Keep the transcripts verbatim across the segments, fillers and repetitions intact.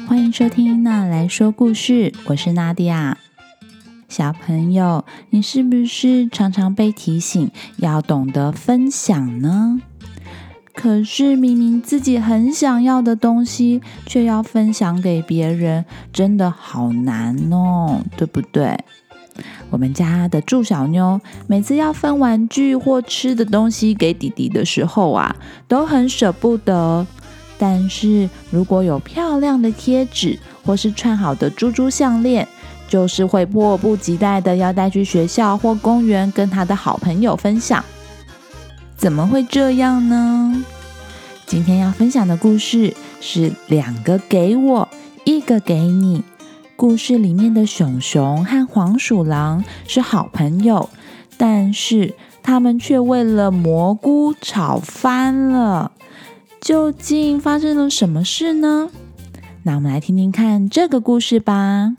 欢迎收听娜来说故事，我是娜迪亚。小朋友，你是不是常常被提醒要懂得分享呢？可是明明自己很想要的东西，却要分享给别人，真的好难哦，对不对？我们家的祝小妞每次要分玩具或吃的东西给弟弟的时候啊，都很舍不得。但是如果有漂亮的贴纸或是串好的珠珠项链，就是会迫不及待的要带去学校或公园跟他的好朋友分享。怎么会这样呢？今天要分享的故事是两个给我，一个给你。故事里面的熊熊和黄鼠狼是好朋友，但是他们却为了蘑菇吵翻了。究竟发生了什么事呢？那我们来听听看这个故事吧。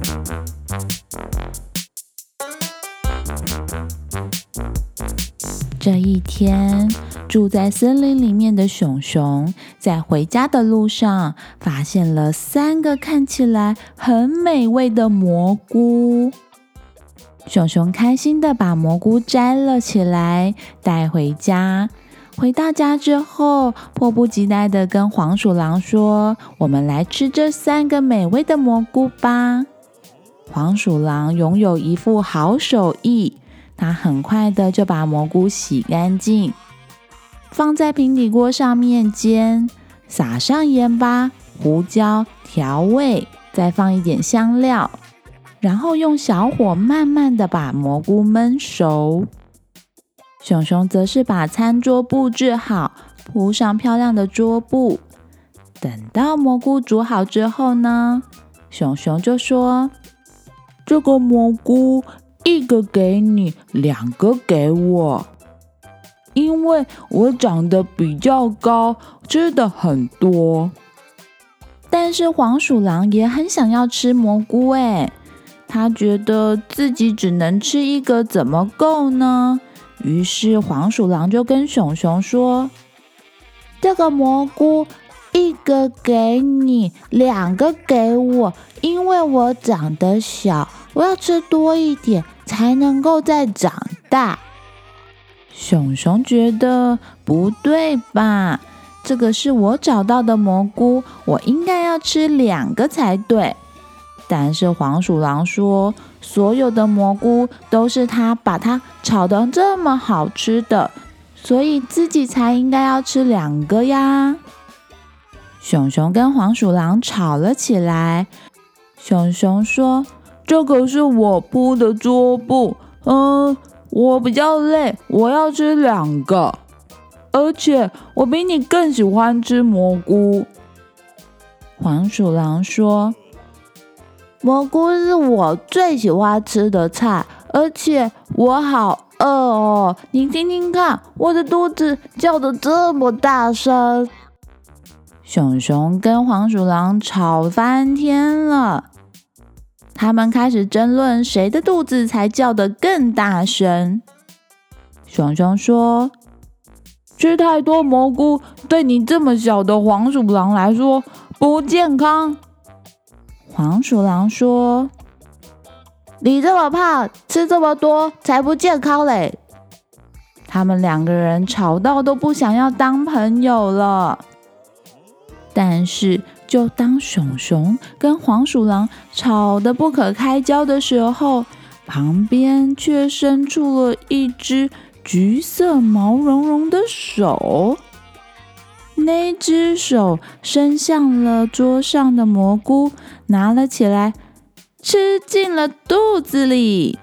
这一天，住在森林里面的熊熊在回家的路上发现了三个看起来很美味的蘑菇。熊熊开心地把蘑菇摘了起来，带回家。回到家之后，迫不及待地跟黄鼠狼说：“我们来吃这三个美味的蘑菇吧。”黄鼠狼拥有一副好手艺，他很快的就把蘑菇洗干净，放在平底锅上面煎，撒上盐巴、胡椒调味，再放一点香料，然后用小火慢慢的把蘑菇焖熟。熊熊则是把餐桌布置好，铺上漂亮的桌布。等到蘑菇煮好之后呢，熊熊就说：“这个蘑菇一个给你，两个给我，因为我长得比较高，吃的很多。”但是黄鼠狼也很想要吃蘑菇诶，他觉得自己只能吃一个怎么够呢？于是黄鼠狼就跟熊熊说：“这个蘑菇一个给你，两个给我，因为我长得小，我要吃多一点才能够再长大。”熊熊觉得不对吧？这个是我找到的蘑菇，我应该要吃两个才对。但是黄鼠狼说，所有的蘑菇都是他把它炒得这么好吃的，所以自己才应该要吃两个呀。熊熊跟黄鼠狼吵了起来。熊熊说：“这个是我铺的桌布，嗯，我比较累，我要吃两个，而且我比你更喜欢吃蘑菇。”黄鼠狼说：“蘑菇是我最喜欢吃的菜，而且我好饿哦！你听听看，我的肚子叫得这么大声。”熊熊跟黄鼠狼吵翻天了，他们开始争论谁的肚子才叫得更大声。熊熊说：“吃太多蘑菇对你这么小的黄鼠狼来说不健康。”黄鼠狼说：“你这么胖，吃这么多才不健康嘞！”他们两个人吵到都不想要当朋友了。但是就当熊熊跟黄鼠狼吵得不可开交的时候，旁边却伸出了一只橘色毛茸茸的手。那只手伸向了桌上的蘑菇，拿了起来，吃进了肚子里。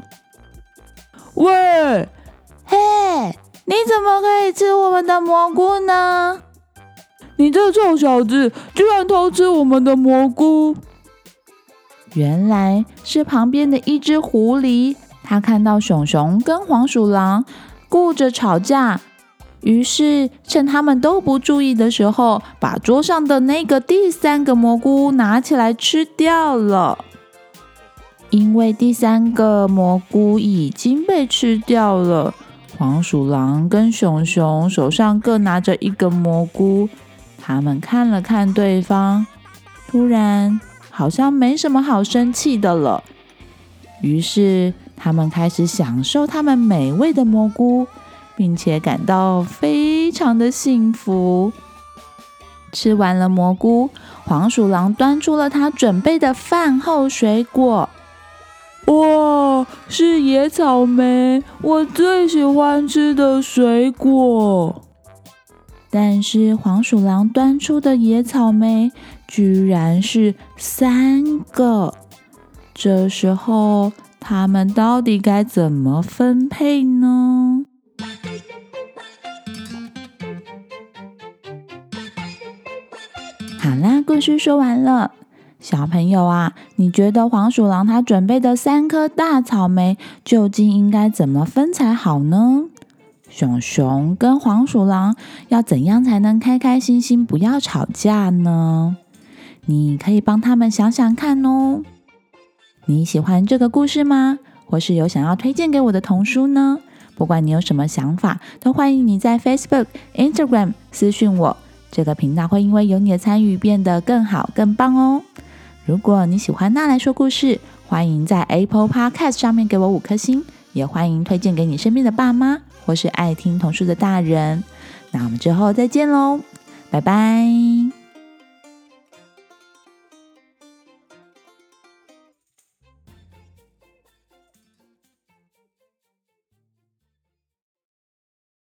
喂，嘿，你怎么可以吃我们的蘑菇呢？你这臭小子，居然偷吃我们的蘑菇！原来是旁边的一只狐狸，他看到熊熊跟黄鼠狼顾着吵架，于是趁他们都不注意的时候，把桌上的那个第三个蘑菇拿起来吃掉了。因为第三个蘑菇已经被吃掉了，黄鼠狼跟熊熊手上各拿着一个蘑菇，他们看了看对方， 突然好像没什么好生气的了。于是他们开始享受他们美味的蘑菇，并且感到非常的幸福。吃完了蘑菇，黄鼠狼端出了他准备的饭后水果。哇，是野草莓，我最喜欢吃的水果。但是黄鼠狼端出的野草莓居然是三个，这时候他们到底该怎么分配呢？好啦，故事说完了。小朋友啊，你觉得黄鼠狼他准备的三颗大草莓究竟应该怎么分才好呢？熊熊跟黄鼠狼要怎样才能开开心心不要吵架呢？你可以帮他们想想看哦。你喜欢这个故事吗？或是有想要推荐给我的童书呢？不管你有什么想法，都欢迎你在 Facebook、Instagram 私讯我。这个频道会因为有你的参与变得更好更棒哦。如果你喜欢娜来说故事，欢迎在 Apple Podcast 上面给我五颗星，也欢迎推荐给你身边的爸妈或是爱听童书的大人。那我们之后再见咯，拜拜。